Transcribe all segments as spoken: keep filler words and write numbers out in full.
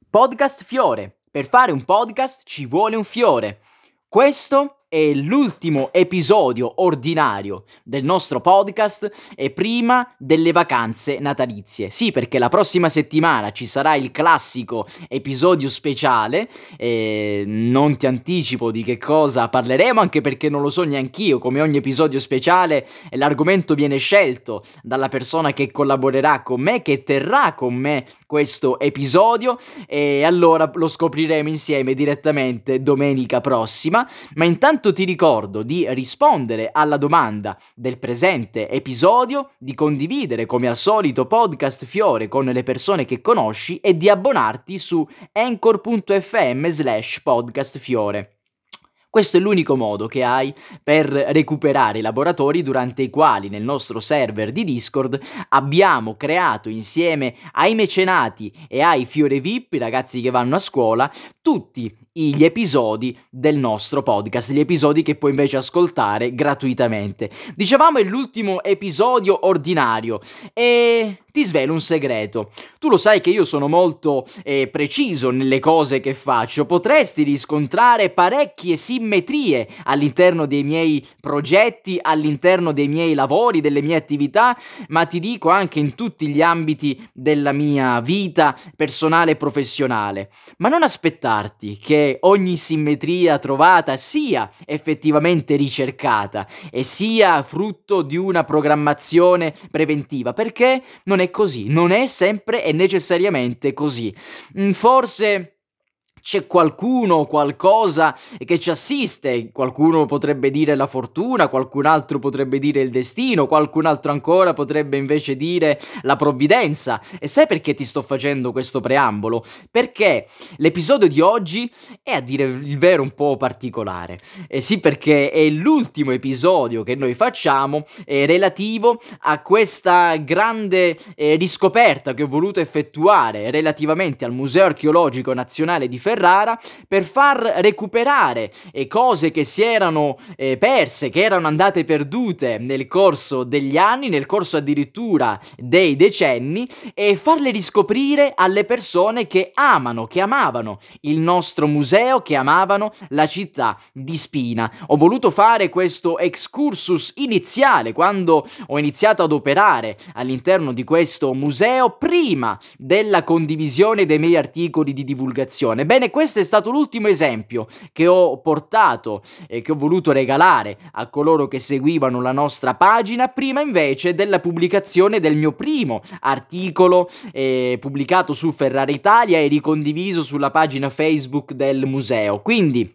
Podcast Fiore. Per fare un podcast ci vuole un fiore. Questo è l'ultimo episodio ordinario del nostro podcast e prima delle vacanze natalizie. Sì, perché la prossima settimana ci sarà il classico episodio speciale e non ti anticipo di che cosa parleremo, anche perché non lo so neanch'io. Come ogni episodio speciale, l'argomento viene scelto dalla persona che collaborerà con me, che terrà con me questo episodio, e allora lo scopriremo insieme direttamente domenica prossima. Ma intanto ti ricordo di rispondere alla domanda del presente episodio, di condividere come al solito Podcast Fiore con le persone che conosci e di abbonarti su anchor.fm slash podcastfiore. Questo è l'unico modo che hai per recuperare i laboratori durante i quali nel nostro server di Discord abbiamo creato insieme ai mecenati e ai Fiore V I P, i ragazzi che vanno a scuola, tutti gli episodi del nostro podcast, gli episodi che puoi invece ascoltare gratuitamente. Dicevamo è l'ultimo episodio ordinario e ti svelo un segreto. Tu lo sai che io sono molto eh, preciso nelle cose che faccio. Potresti riscontrare parecchie simmetrie all'interno dei miei progetti, all'interno dei miei lavori, delle mie attività, ma ti dico anche in tutti gli ambiti della mia vita personale e professionale. Ma non aspettarti che ogni simmetria trovata sia effettivamente ricercata e sia frutto di una programmazione preventiva, perché non è così, non è sempre e necessariamente così. Forse c'è qualcuno o qualcosa che ci assiste, qualcuno potrebbe dire la fortuna, qualcun altro potrebbe dire il destino, qualcun altro ancora potrebbe invece dire la provvidenza. E sai perché ti sto facendo questo preambolo? Perché l'episodio di oggi è, a dire il vero, un po' particolare. E sì, perché è l'ultimo episodio che noi facciamo eh, relativo a questa grande eh, riscoperta che ho voluto effettuare relativamente al Museo Archeologico Nazionale di Ferrara, per far recuperare eh, cose che si erano eh, perse, che erano andate perdute nel corso degli anni, nel corso addirittura dei decenni, e farle riscoprire alle persone che amano, che amavano il nostro museo, che amavano la città di Spina. Ho voluto fare questo excursus iniziale quando ho iniziato ad operare all'interno di questo museo, prima della condivisione dei miei articoli di divulgazione. Bene, questo è stato l'ultimo esempio che ho portato e che ho voluto regalare a coloro che seguivano la nostra pagina, prima invece della pubblicazione del mio primo articolo eh, pubblicato su Ferrara Italia e ricondiviso sulla pagina Facebook del museo. Quindi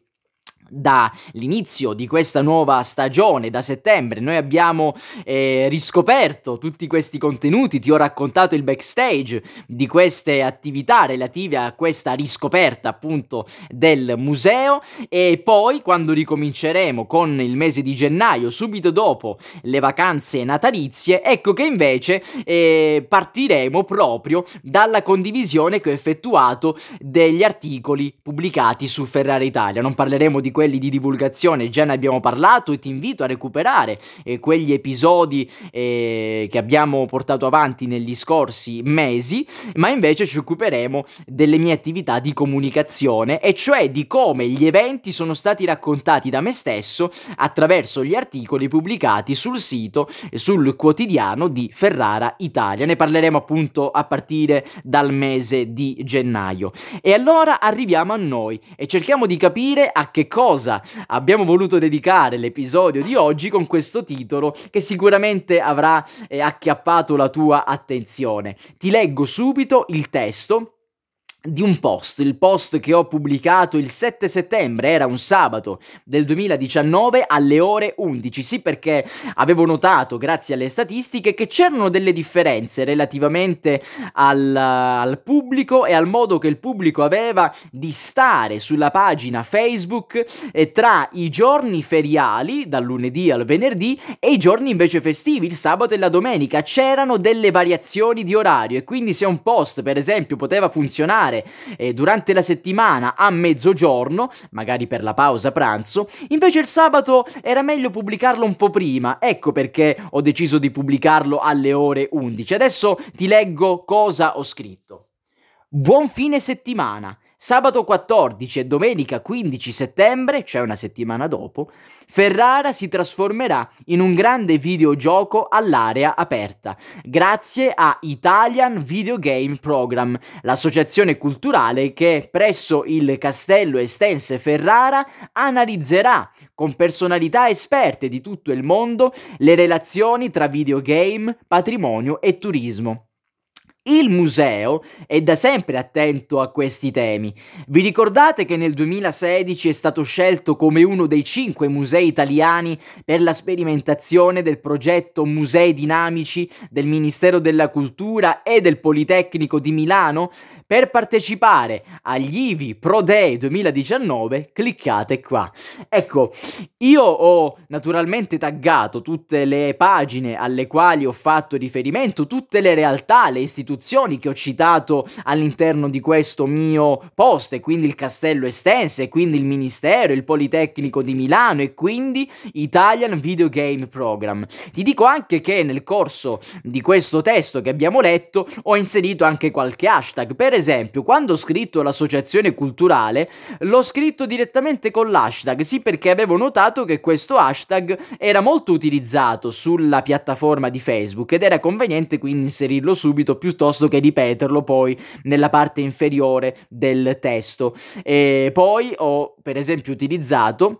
dall'inizio di questa nuova stagione, da settembre, noi abbiamo eh, riscoperto tutti questi contenuti, ti ho raccontato il backstage di queste attività relative a questa riscoperta appunto del museo, e poi quando ricominceremo con il mese di gennaio, subito dopo le vacanze natalizie, ecco che invece eh, partiremo proprio dalla condivisione che ho effettuato degli articoli pubblicati su Ferrara Italia. Non parleremo di quelli di divulgazione, già ne abbiamo parlato, e ti invito a recuperare eh, quegli episodi eh, che abbiamo portato avanti negli scorsi mesi, ma invece ci occuperemo delle mie attività di comunicazione, e cioè di come gli eventi sono stati raccontati da me stesso attraverso gli articoli pubblicati sul sito e sul quotidiano di Ferrara Italia. Ne parleremo appunto a partire dal mese di gennaio. E allora arriviamo a noi e cerchiamo di capire a che cosa abbiamo voluto dedicare l'episodio di oggi, con questo titolo che sicuramente avrà eh, acchiappato la tua attenzione. Ti leggo subito il testo di un post, il post che ho pubblicato il sette settembre, era un sabato del duemiladiciannove alle ore undici. Sì, perché avevo notato, grazie alle statistiche, che c'erano delle differenze relativamente al, al pubblico e al modo che il pubblico aveva di stare sulla pagina Facebook eh, tra i giorni feriali, dal lunedì al venerdì, e i giorni invece festivi, il sabato e la domenica. C'erano delle variazioni di orario, e quindi se un post, per esempio, poteva funzionare eh, durante la settimana a mezzogiorno, magari per la pausa pranzo, invece il sabato era meglio pubblicarlo un po' prima. Ecco perché ho deciso di pubblicarlo alle ore undici. Adesso ti leggo cosa ho scritto. Buon fine settimana! Sabato quattordici e domenica quindici settembre, cioè una settimana dopo, Ferrara si trasformerà in un grande videogioco all'area aperta, grazie a Italian Video Game Program, l'associazione culturale che presso il Castello Estense Ferrara analizzerà con personalità esperte di tutto il mondo le relazioni tra videogame, patrimonio e turismo. Il museo è da sempre attento a questi temi. Vi ricordate che nel duemilasedici è stato scelto come uno dei cinque musei italiani per la sperimentazione del progetto Musei Dinamici del Ministero della Cultura e del Politecnico di Milano? Per partecipare agli I V I Pro Day duemiladiciannove cliccate qua. Ecco, io ho naturalmente taggato tutte le pagine alle quali ho fatto riferimento, tutte le realtà, le istituzioni che ho citato all'interno di questo mio post, e quindi il Castello Estense, e quindi il Ministero, il Politecnico di Milano e quindi Italian Video Game Program. Ti dico anche che nel corso di questo testo che abbiamo letto ho inserito anche qualche hashtag. Per esempio, quando ho scritto l'associazione culturale, l'ho scritto direttamente con l'hashtag, sì, perché avevo notato che questo hashtag era molto utilizzato sulla piattaforma di Facebook ed era conveniente quindi inserirlo subito piuttosto che ripeterlo poi nella parte inferiore del testo. E poi ho per esempio utilizzato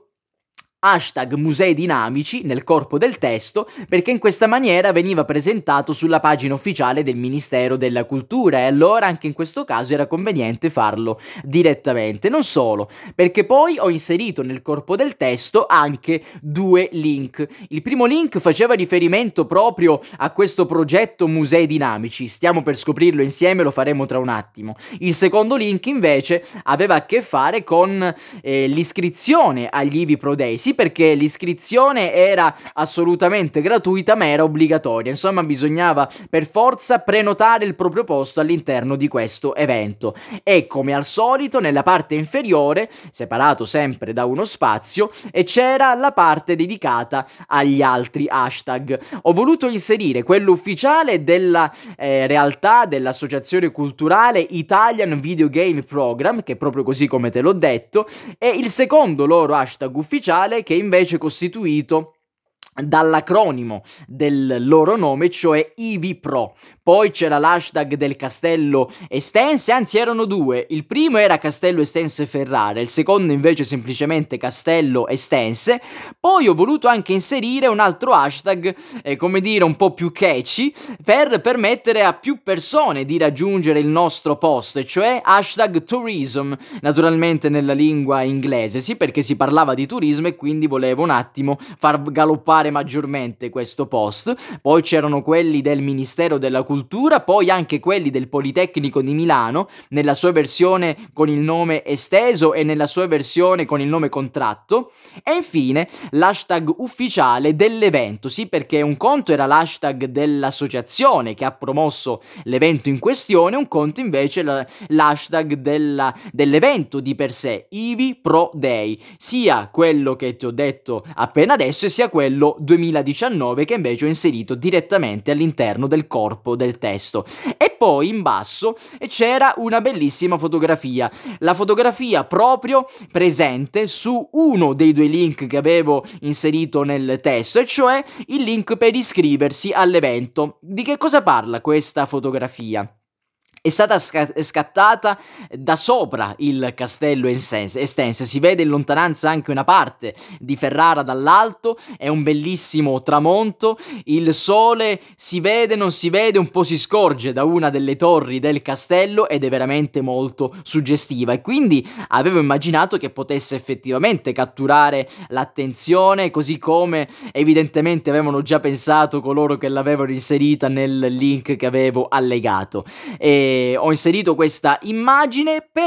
hashtag musei dinamici nel corpo del testo, perché in questa maniera veniva presentato sulla pagina ufficiale del Ministero della Cultura, e allora anche in questo caso era conveniente farlo direttamente. Non solo, perché poi ho inserito nel corpo del testo anche due link. Il primo link faceva riferimento proprio a questo progetto Musei Dinamici, stiamo per scoprirlo insieme, lo faremo tra un attimo. Il secondo link invece aveva a che fare con eh, l'iscrizione agli I V I Pro Day, sì, perché l'iscrizione era assolutamente gratuita ma era obbligatoria, insomma bisognava per forza prenotare il proprio posto all'interno di questo evento. E come al solito nella parte inferiore, separato sempre da uno spazio, e c'era la parte dedicata agli altri hashtag. Ho voluto inserire quello ufficiale della eh, realtà dell'associazione culturale Italian Video Game Program, che è proprio così come te l'ho detto, e il secondo loro hashtag ufficiale che è invece costituito dall'acronimo del loro nome, cioè I V I Pro. Poi c'era l'hashtag del Castello Estense, anzi erano due, il primo era Castello Estense Ferrara, il secondo invece semplicemente Castello Estense. Poi ho voluto anche inserire un altro hashtag, eh, come dire un po' più catchy, per permettere a più persone di raggiungere il nostro post, cioè hashtag tourism, naturalmente nella lingua inglese, sì, perché si parlava di turismo e quindi volevo un attimo far galoppare maggiormente questo post. Poi c'erano quelli del Ministero della Cultura, poi anche quelli del Politecnico di Milano nella sua versione con il nome esteso e nella sua versione con il nome contratto, e infine l'hashtag ufficiale dell'evento, sì, perché un conto era l'hashtag dell'associazione che ha promosso l'evento in questione, un conto invece la, l'hashtag della, dell'evento di per sé, I V I Pro Day, sia quello che ti ho detto appena adesso e sia quello duemiladiciannove che invece ho inserito direttamente all'interno del corpo del testo. E poi in basso c'era una bellissima fotografia, la fotografia proprio presente su uno dei due link che avevo inserito nel testo, e cioè il link per iscriversi all'evento. Di che cosa parla questa fotografia? È stata sca- scattata da sopra il Castello Estense, si vede in lontananza anche una parte di Ferrara dall'alto, è un bellissimo tramonto, il sole si vede, non si vede, un po' si scorge da una delle torri del castello ed è veramente molto suggestiva, e quindi avevo immaginato che potesse effettivamente catturare l'attenzione, così come evidentemente avevano già pensato coloro che l'avevano inserita nel link che avevo allegato. E ho inserito questa immagine, però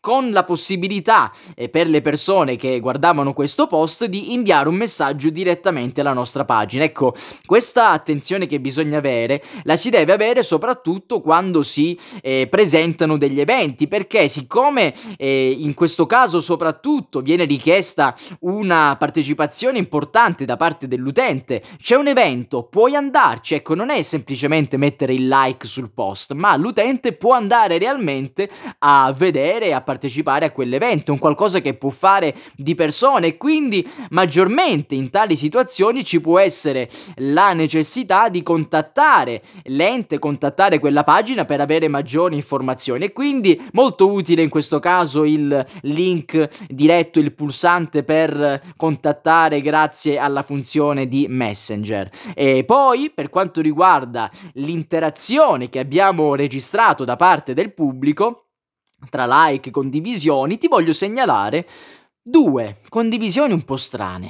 con la possibilità eh, per le persone che guardavano questo post di inviare un messaggio direttamente alla nostra pagina. Ecco, questa attenzione che bisogna avere la si deve avere soprattutto quando si eh, presentano degli eventi, perché siccome eh, in questo caso soprattutto viene richiesta una partecipazione importante da parte dell'utente, c'è un evento, puoi andarci, ecco, non è semplicemente mettere il like sul post, ma l'utente può andare realmente a vedere e a partecipare a quell'evento, un qualcosa che può fare di persona, e quindi maggiormente in tali situazioni ci può essere la necessità di contattare l'ente, contattare quella pagina per avere maggiori informazioni, e quindi molto utile in questo caso il link diretto, il pulsante per contattare grazie alla funzione di Messenger. E poi per quanto riguarda l'interazione che abbiamo registrato da parte del pubblico, tra like e condivisioni, ti voglio segnalare due condivisioni un po' strane.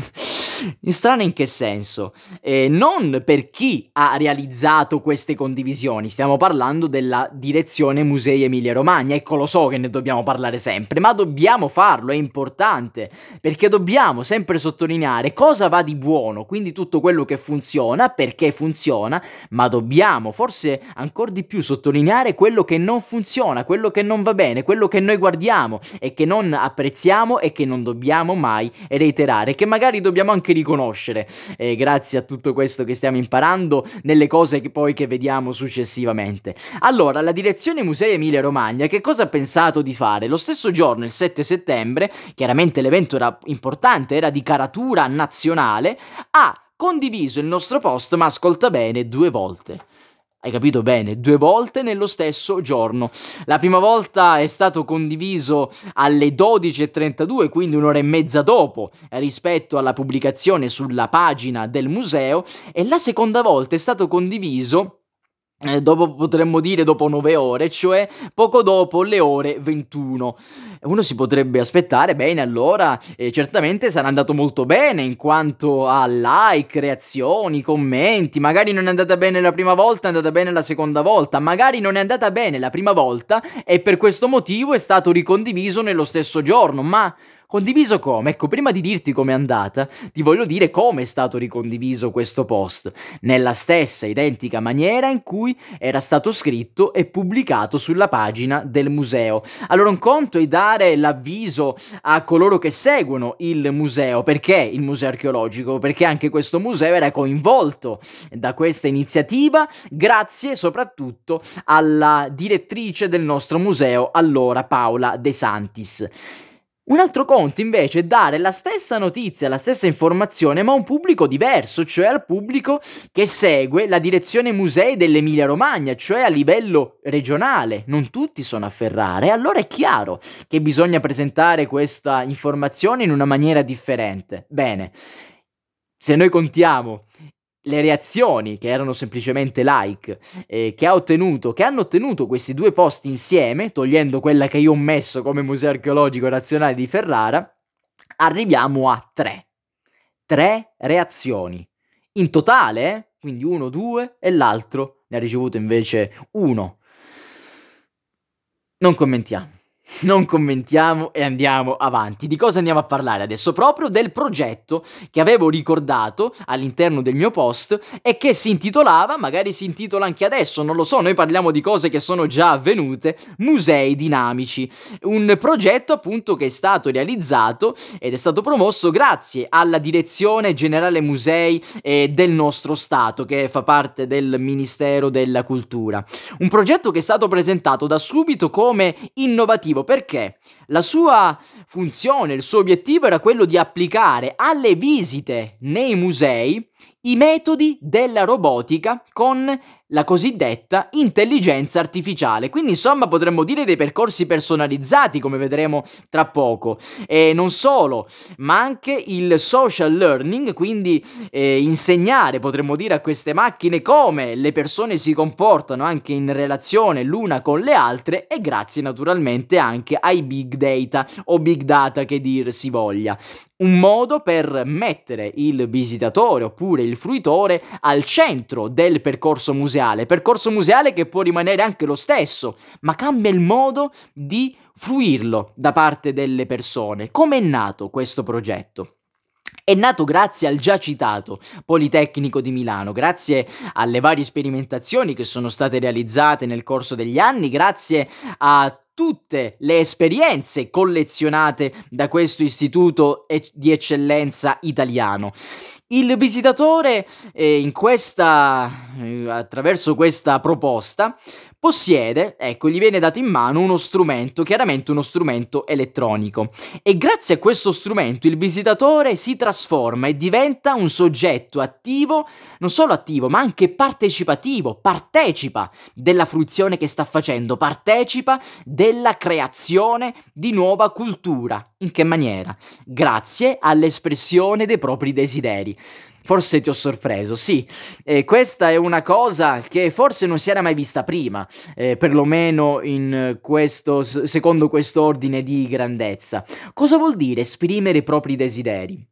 Strane in che senso? Eh, non per chi ha realizzato queste condivisioni, stiamo parlando della direzione Musei Emilia Romagna, ecco, lo so che ne dobbiamo parlare sempre, ma dobbiamo farlo, è importante, perché dobbiamo sempre sottolineare cosa va di buono, quindi tutto quello che funziona, perché funziona, ma dobbiamo forse ancora di più sottolineare quello che non funziona, quello che non va bene, quello che noi guardiamo e che non apprezziamo e che non dobbiamo mai reiterare, che magari dobbiamo anche riconoscere eh, grazie a tutto questo che stiamo imparando nelle cose che poi che vediamo successivamente. Allora, la direzione Musei Emilia Romagna che cosa ha pensato di fare? Lo stesso giorno, il sette settembre, chiaramente l'evento era importante, era di caratura nazionale, ha condiviso il nostro post, ma ascolta bene, due volte. Hai capito bene? Due volte nello stesso giorno. La prima volta è stato condiviso alle dodici e trentadue, quindi un'ora e mezza dopo rispetto alla pubblicazione sulla pagina del museo, e la seconda volta è stato condiviso Eh, dopo, potremmo dire dopo nove ore, cioè poco dopo le ore ventuno. Uno si potrebbe aspettare, bene, allora eh, certamente sarà andato molto bene in quanto a like, reazioni, commenti, magari non è andata bene la prima volta, è andata bene la seconda volta, magari non è andata bene la prima volta e per questo motivo è stato ricondiviso nello stesso giorno, ma condiviso come? Ecco, prima di dirti com'è andata, ti voglio dire come è stato ricondiviso questo post, nella stessa identica maniera in cui era stato scritto e pubblicato sulla pagina del museo. Allora, un conto è dare l'avviso a coloro che seguono il museo, perché il museo archeologico, perché anche questo museo era coinvolto da questa iniziativa, grazie soprattutto alla direttrice del nostro museo, allora Paola De Santis. Un altro conto invece è dare la stessa notizia, la stessa informazione, ma a un pubblico diverso, cioè al pubblico che segue la direzione musei dell'Emilia Romagna, cioè a livello regionale. Non tutti sono a Ferrara, e allora è chiaro che bisogna presentare questa informazione in una maniera differente. Bene, se noi contiamo le reazioni, che erano semplicemente like, eh, che ha ottenuto, che hanno ottenuto questi due post insieme, togliendo quella che io ho messo come Museo Archeologico Nazionale di Ferrara, arriviamo a tre. Tre reazioni. In totale, eh? Quindi uno, due, e l'altro ne ha ricevuto invece uno. Non commentiamo. Non commentiamo e andiamo avanti. Di cosa andiamo a parlare adesso? Proprio del progetto che avevo ricordato all'interno del mio post e che si intitolava, magari si intitola anche adesso, non lo so, noi parliamo di cose che sono già avvenute, Musei Dinamici. Un progetto appunto che è stato realizzato ed è stato promosso grazie alla Direzione Generale Musei eh, del nostro Stato, che fa parte del Ministero della Cultura. Un progetto che è stato presentato da subito come innovativo, perché la sua funzione, il suo obiettivo era quello di applicare alle visite nei musei i metodi della robotica con la cosiddetta intelligenza artificiale. Quindi insomma potremmo dire dei percorsi personalizzati, come vedremo tra poco, e non solo, ma anche il social learning, quindi eh, insegnare, potremmo dire, a queste macchine come le persone si comportano anche in relazione l'una con le altre, e grazie naturalmente anche ai big data o big data che dir si voglia. Un modo per mettere il visitatore oppure il fruitore al centro del percorso museale, percorso museale che può rimanere anche lo stesso, ma cambia il modo di fruirlo da parte delle persone. Come è nato questo progetto? È nato grazie al già citato Politecnico di Milano, grazie alle varie sperimentazioni che sono state realizzate nel corso degli anni, grazie a tutte le esperienze collezionate da questo istituto e- di eccellenza italiano. Il visitatore, eh, in questa, eh, attraverso questa proposta, possiede, ecco, gli viene dato in mano uno strumento, chiaramente uno strumento elettronico. E grazie a questo strumento il visitatore si trasforma e diventa un soggetto attivo, non solo attivo, ma anche partecipativo, partecipa della fruizione che sta facendo, partecipa della creazione di nuova cultura. In che maniera? Grazie all'espressione dei propri desideri. Forse ti ho sorpreso, sì, eh, questa è una cosa che forse non si era mai vista prima, eh, perlomeno in questo, secondo questo ordine di grandezza. Cosa vuol dire esprimere i propri desideri?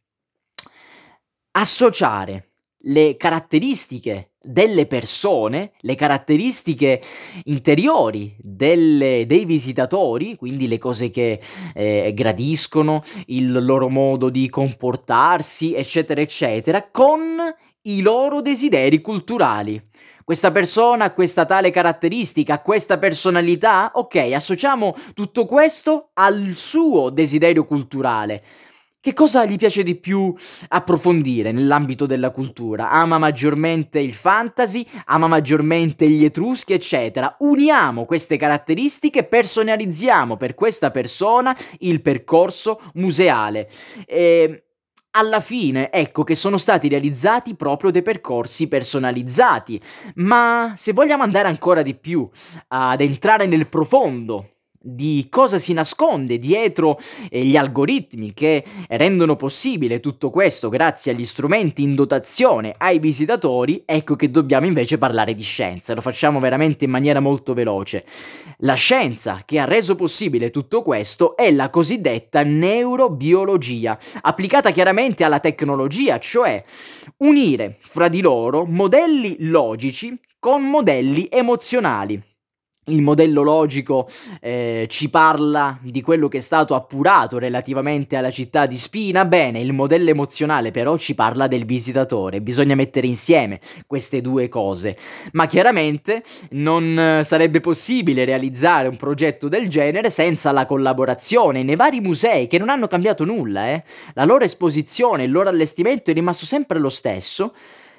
Associare le caratteristiche delle persone, le caratteristiche interiori delle- dei visitatori, quindi le cose che eh, gradiscono, il loro modo di comportarsi, eccetera, eccetera, con i loro desideri culturali. Questa persona ha questa tale caratteristica, ha questa personalità, ok, associamo tutto questo al suo desiderio culturale. Che cosa gli piace di più approfondire nell'ambito della cultura? Ama maggiormente il fantasy, ama maggiormente gli etruschi, eccetera. Uniamo queste caratteristiche, personalizziamo per questa persona il percorso museale. E alla fine, ecco che sono stati realizzati proprio dei percorsi personalizzati. Ma se vogliamo andare ancora di più, ad entrare nel profondo di cosa si nasconde dietro eh, gli algoritmi che rendono possibile tutto questo grazie agli strumenti in dotazione ai visitatori, ecco che dobbiamo invece parlare di scienza. Lo facciamo veramente in maniera molto veloce. La scienza che ha reso possibile tutto questo è la cosiddetta neurobiologia, applicata chiaramente alla tecnologia, cioè unire fra di loro modelli logici con modelli emozionali. Il modello logico eh, ci parla di quello che è stato appurato relativamente alla città di Spina, bene, il modello emozionale però ci parla del visitatore, bisogna mettere insieme queste due cose, ma chiaramente non eh, sarebbe possibile realizzare un progetto del genere senza la collaborazione nei vari musei che non hanno cambiato nulla, eh? La loro esposizione, il loro allestimento è rimasto sempre lo stesso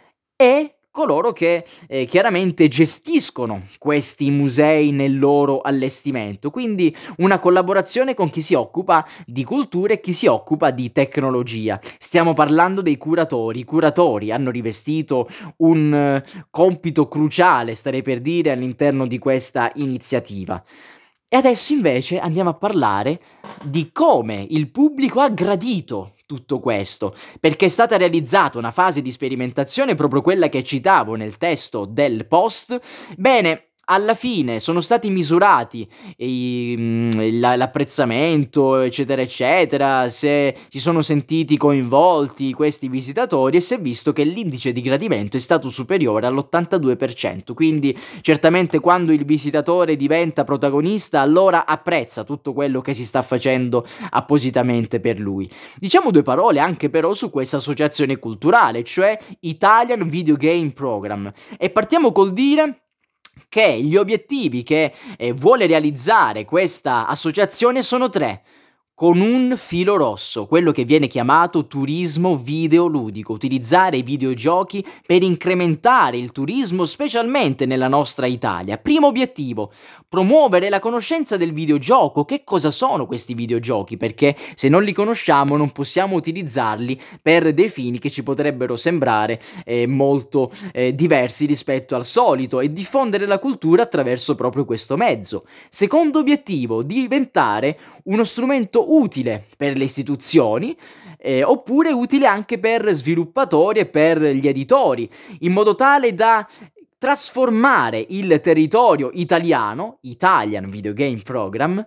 e coloro che eh, chiaramente gestiscono questi musei nel loro allestimento, quindi una collaborazione con chi si occupa di cultura e chi si occupa di tecnologia. Stiamo parlando dei curatori. I curatori hanno rivestito un eh, compito cruciale, starei per dire, all'interno di questa iniziativa. E adesso invece andiamo a parlare di come il pubblico ha gradito tutto questo, perché è stata realizzata una fase di sperimentazione, proprio quella che citavo nel testo del post. Bene, alla fine sono stati misurati i- mm, la- l'apprezzamento, eccetera, eccetera, se si sono sentiti coinvolti questi visitatori e si è visto che l'indice di gradimento è stato superiore all'ottantadue per cento, quindi certamente quando il visitatore diventa protagonista allora apprezza tutto quello che si sta facendo appositamente per lui. Diciamo due parole anche però su questa associazione culturale, cioè Italian Video Game Program, e partiamo col dire che gli obiettivi che eh, vuole realizzare questa associazione sono tre, con un filo rosso, quello che viene chiamato turismo videoludico, utilizzare i videogiochi per incrementare il turismo specialmente nella nostra Italia. Primo obiettivo, promuovere la conoscenza del videogioco. Che cosa sono questi videogiochi? Perché se non li conosciamo non possiamo utilizzarli per dei fini che ci potrebbero sembrare eh, molto eh, diversi rispetto al solito, e diffondere la cultura attraverso proprio questo mezzo. Secondo obiettivo, diventare uno strumento utile per le istituzioni, eh, oppure utile anche per sviluppatori e per gli editori, in modo tale da trasformare il territorio italiano, Italian Video Game Program,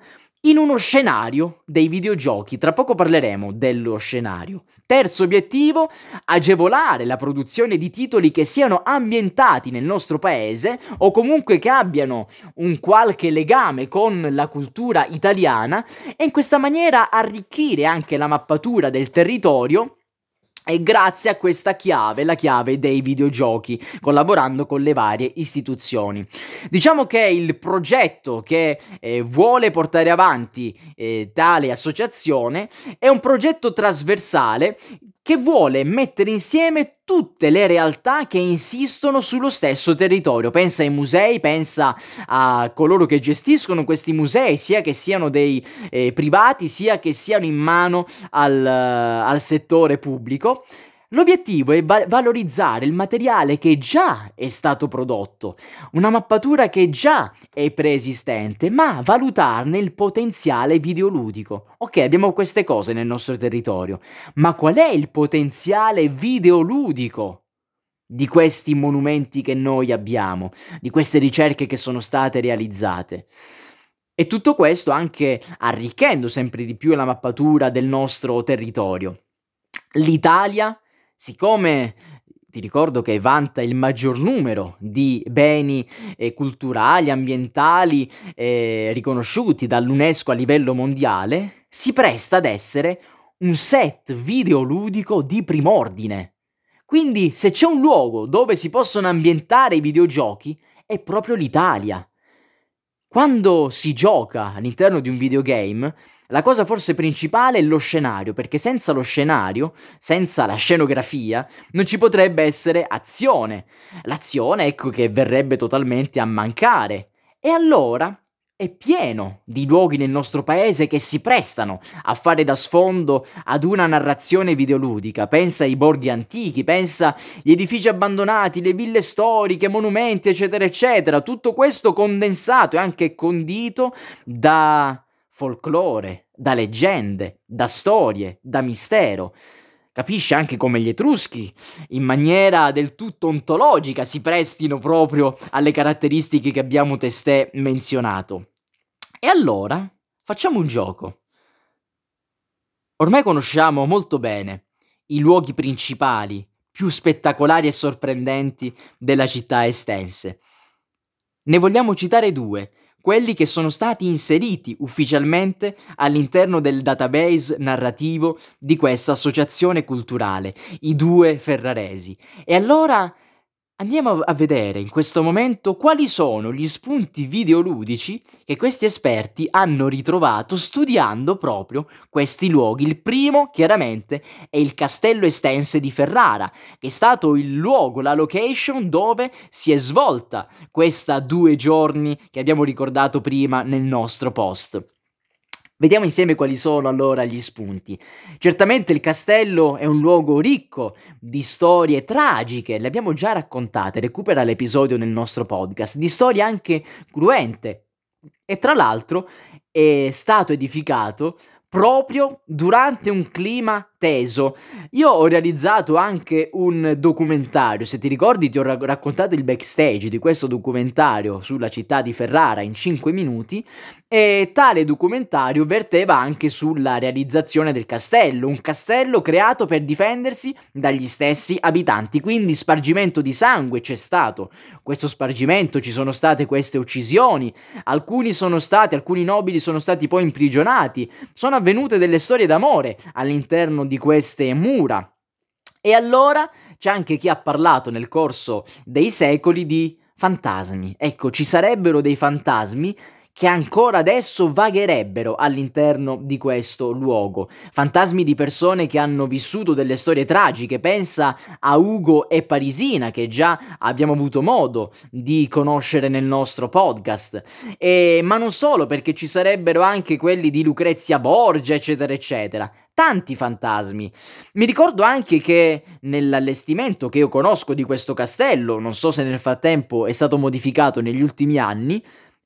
in uno scenario dei videogiochi. Tra poco parleremo dello scenario. Terzo obiettivo, agevolare la produzione di titoli che siano ambientati nel nostro paese o comunque che abbiano un qualche legame con la cultura italiana e in questa maniera arricchire anche la mappatura del territorio. E grazie a questa chiave, la chiave dei videogiochi, collaborando con le varie istituzioni. Diciamo che il progetto che eh, vuole portare avanti eh, tale associazione è un progetto trasversale che vuole mettere insieme tutte le realtà che insistono sullo stesso territorio. Pensa ai musei, pensa a coloro che gestiscono questi musei, sia che siano dei eh, privati, sia che siano in mano al, al settore pubblico. L'obiettivo è va- valorizzare il materiale che già è stato prodotto, una mappatura che già è preesistente, ma valutarne il potenziale videoludico. Ok, abbiamo queste cose nel nostro territorio, ma qual è il potenziale videoludico di questi monumenti che noi abbiamo, di queste ricerche che sono state realizzate? E tutto questo anche arricchendo sempre di più la mappatura del nostro territorio. L'Italia, siccome ti ricordo che vanta il maggior numero di beni eh, culturali, ambientali eh, riconosciuti dall'UNESCO a livello mondiale, si presta ad essere un set videoludico di prim'ordine. Quindi, se c'è un luogo dove si possono ambientare i videogiochi, è proprio l'Italia. Quando si gioca all'interno di un videogame, la cosa forse principale è lo scenario, perché senza lo scenario, senza la scenografia, non ci potrebbe essere azione. L'azione, ecco, che verrebbe totalmente a mancare. E allora è pieno di luoghi nel nostro paese che si prestano a fare da sfondo ad una narrazione videoludica. Pensa ai borghi antichi, pensa agli edifici abbandonati, le ville storiche, monumenti, eccetera, eccetera. Tutto questo condensato e anche condito da folklore, da leggende, da storie, da mistero. Capisce anche come gli Etruschi, in maniera del tutto ontologica, si prestino proprio alle caratteristiche che abbiamo testé menzionato. E allora facciamo un gioco. Ormai conosciamo molto bene i luoghi principali, più spettacolari e sorprendenti della città estense. Ne vogliamo citare due, quelli che sono stati inseriti ufficialmente all'interno del database narrativo di questa associazione culturale, i due ferraresi. E allora andiamo a vedere in questo momento quali sono gli spunti videoludici che questi esperti hanno ritrovato studiando proprio questi luoghi. Il primo, chiaramente, è il Castello Estense di Ferrara, che è stato il luogo, la location dove si è svolta questa due giorni che abbiamo ricordato prima nel nostro post. Vediamo insieme quali sono allora gli spunti. Certamente il castello è un luogo ricco di storie tragiche, le abbiamo già raccontate, recupera l'episodio nel nostro podcast, di storie anche cruente. E tra l'altro è stato edificato proprio durante un clima teso. Io ho realizzato anche un documentario, se ti ricordi ti ho ra- raccontato il backstage di questo documentario sulla città di Ferrara in cinque minuti e tale documentario verteva anche sulla realizzazione del castello, un castello creato per difendersi dagli stessi abitanti, quindi spargimento di sangue c'è stato, questo spargimento, ci sono state queste uccisioni, alcuni sono stati, alcuni nobili sono stati poi imprigionati, sono avvenute delle storie d'amore all'interno di queste mura. E allora c'è anche chi ha parlato nel corso dei secoli di fantasmi. Ecco, ci sarebbero dei fantasmi che ancora adesso vagherebbero all'interno di questo luogo. Fantasmi di persone che hanno vissuto delle storie tragiche. Pensa a Ugo e Parisina, che già abbiamo avuto modo di conoscere nel nostro podcast. E, ma non solo, perché ci sarebbero anche quelli di Lucrezia Borgia, eccetera, eccetera. Tanti fantasmi. Mi ricordo anche che nell'allestimento che io conosco di questo castello, non so se nel frattempo è stato modificato negli ultimi anni,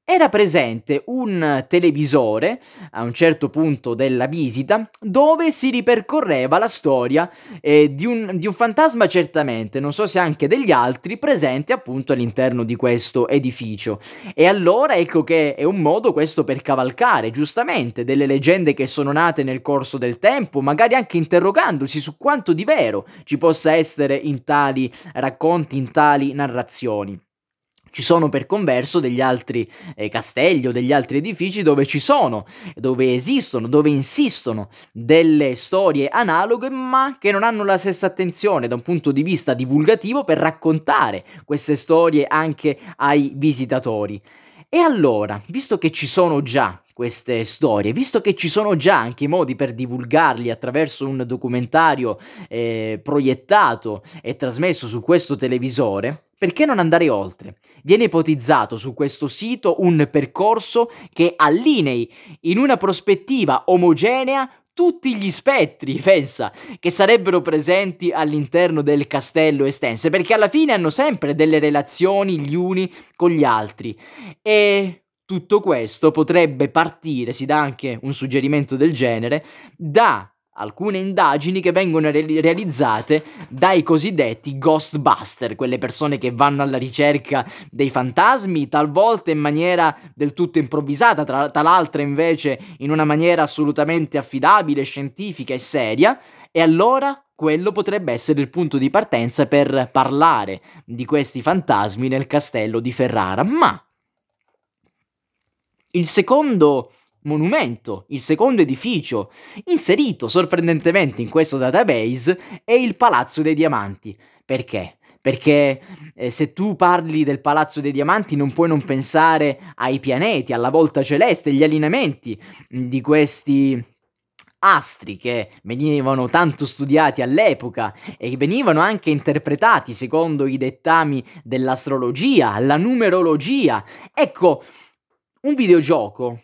era presente un televisore a un certo punto della visita dove si ripercorreva la storia eh, di un, di un fantasma certamente, non so se anche degli altri, presente appunto all'interno di questo edificio. E allora ecco che è un modo questo per cavalcare giustamente delle leggende che sono nate nel corso del tempo, magari anche interrogandosi su quanto di vero ci possa essere in tali racconti, in tali narrazioni. Ci sono per converso degli altri eh, castelli o degli altri edifici dove ci sono, dove esistono, dove insistono delle storie analoghe, ma che non hanno la stessa attenzione da un punto di vista divulgativo per raccontare queste storie anche ai visitatori. E allora, visto che ci sono già queste storie, visto che ci sono già anche i modi per divulgarli attraverso un documentario eh, proiettato e trasmesso su questo televisore, perché non andare oltre? Viene ipotizzato su questo sito un percorso che allinei in una prospettiva omogenea tutti gli spettri, pensa, che sarebbero presenti all'interno del castello estense, perché alla fine hanno sempre delle relazioni gli uni con gli altri. E tutto questo potrebbe partire, si dà anche un suggerimento del genere, da alcune indagini che vengono re- realizzate dai cosiddetti Ghostbuster, quelle persone che vanno alla ricerca dei fantasmi, talvolta in maniera del tutto improvvisata, tra, tal'altra invece in una maniera assolutamente affidabile, scientifica e seria, e allora quello potrebbe essere il punto di partenza per parlare di questi fantasmi nel castello di Ferrara. Ma il secondo monumento, il secondo edificio inserito sorprendentemente in questo database è il Palazzo dei Diamanti. Perché? Perché eh, se tu parli del Palazzo dei Diamanti non puoi non pensare ai pianeti, alla volta celeste, agli allineamenti mh, di questi astri che venivano tanto studiati all'epoca e che venivano anche interpretati secondo i dettami dell'astrologia, la numerologia. Ecco, un videogioco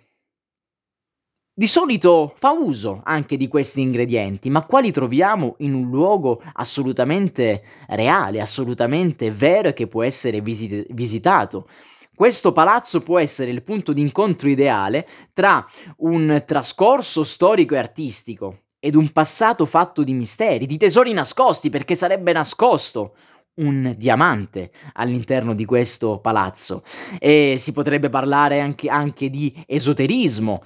di solito fa uso anche di questi ingredienti, ma qua li troviamo in un luogo assolutamente reale, assolutamente vero e che può essere visit- visitato. Questo palazzo può essere il punto d'incontro ideale tra un trascorso storico e artistico ed un passato fatto di misteri, di tesori nascosti, perché sarebbe nascosto un diamante all'interno di questo palazzo. E si potrebbe parlare anche, anche di esoterismo.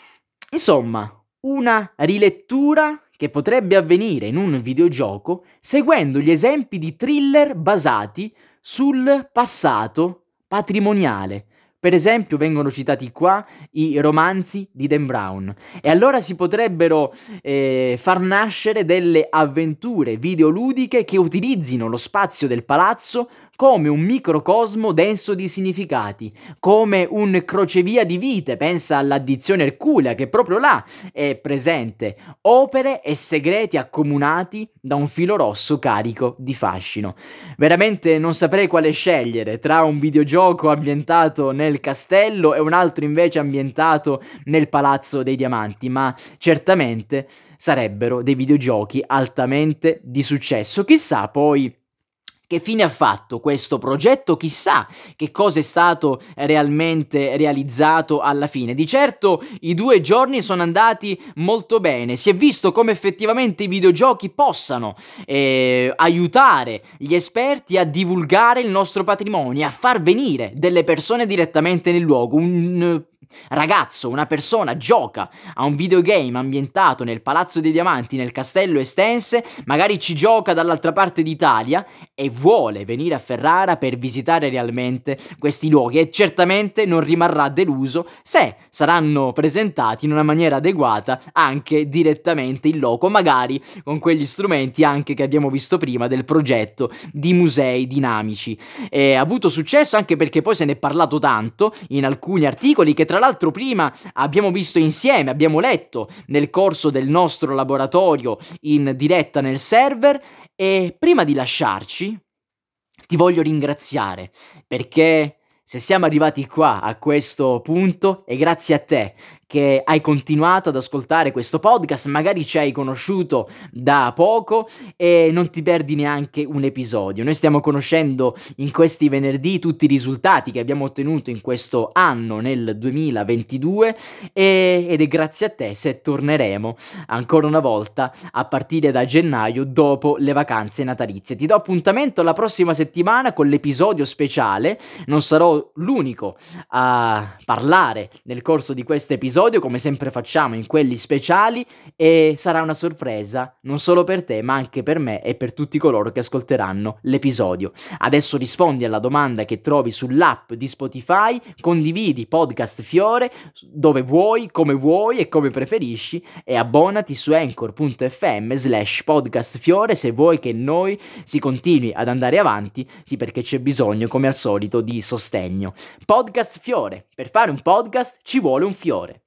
Insomma, una rilettura che potrebbe avvenire in un videogioco seguendo gli esempi di thriller basati sul passato patrimoniale. Per esempio vengono citati qua i romanzi di Dan Brown e allora si potrebbero eh, far nascere delle avventure videoludiche che utilizzino lo spazio del palazzo come un microcosmo denso di significati, come un crocevia di vite, pensa all'addizione Erculea che proprio là è presente, opere e segreti accomunati da un filo rosso carico di fascino. Veramente non saprei quale scegliere tra un videogioco ambientato nel castello e un altro invece ambientato nel Palazzo dei Diamanti, ma certamente sarebbero dei videogiochi altamente di successo. Chissà poi che fine ha fatto questo progetto? Chissà che cosa è stato realmente realizzato alla fine. Di certo i due giorni sono andati molto bene, si è visto come effettivamente i videogiochi possano eh, aiutare gli esperti a divulgare il nostro patrimonio, a far venire delle persone direttamente nel luogo. Un ragazzo, una persona gioca a un videogame ambientato nel Palazzo dei Diamanti, nel Castello Estense, magari ci gioca dall'altra parte d'Italia e vuole venire a Ferrara per visitare realmente questi luoghi e certamente non rimarrà deluso se saranno presentati in una maniera adeguata anche direttamente in loco, magari con quegli strumenti anche che abbiamo visto prima del progetto di musei dinamici. E ha avuto successo anche perché poi se ne è parlato tanto in alcuni articoli che tra l'altro prima abbiamo visto insieme, abbiamo letto nel corso del nostro laboratorio in diretta nel server. E prima di lasciarci ti voglio ringraziare perché se siamo arrivati qua a questo punto è grazie a te che hai continuato ad ascoltare questo podcast, magari ci hai conosciuto da poco e non ti perdi neanche un episodio. Noi stiamo conoscendo in questi venerdì tutti i risultati che abbiamo ottenuto in questo anno, nel duemilaventidue, e, ed è grazie a te se torneremo ancora una volta a partire da gennaio dopo le vacanze natalizie. Ti do appuntamento la prossima settimana con l'episodio speciale. Non sarò l'unico a parlare nel corso di questo episodio, come sempre facciamo in quelli speciali, e sarà una sorpresa non solo per te ma anche per me e per tutti coloro che ascolteranno l'episodio. Adesso rispondi alla domanda che trovi sull'app di Spotify, condividi Podcast Fiore dove vuoi, come vuoi e come preferisci, e abbonati su anchor.fm slash podcastfiore se vuoi che noi si continui ad andare avanti, sì, perché c'è bisogno come al solito di sostegno. Podcast Fiore, per fare un podcast ci vuole un fiore.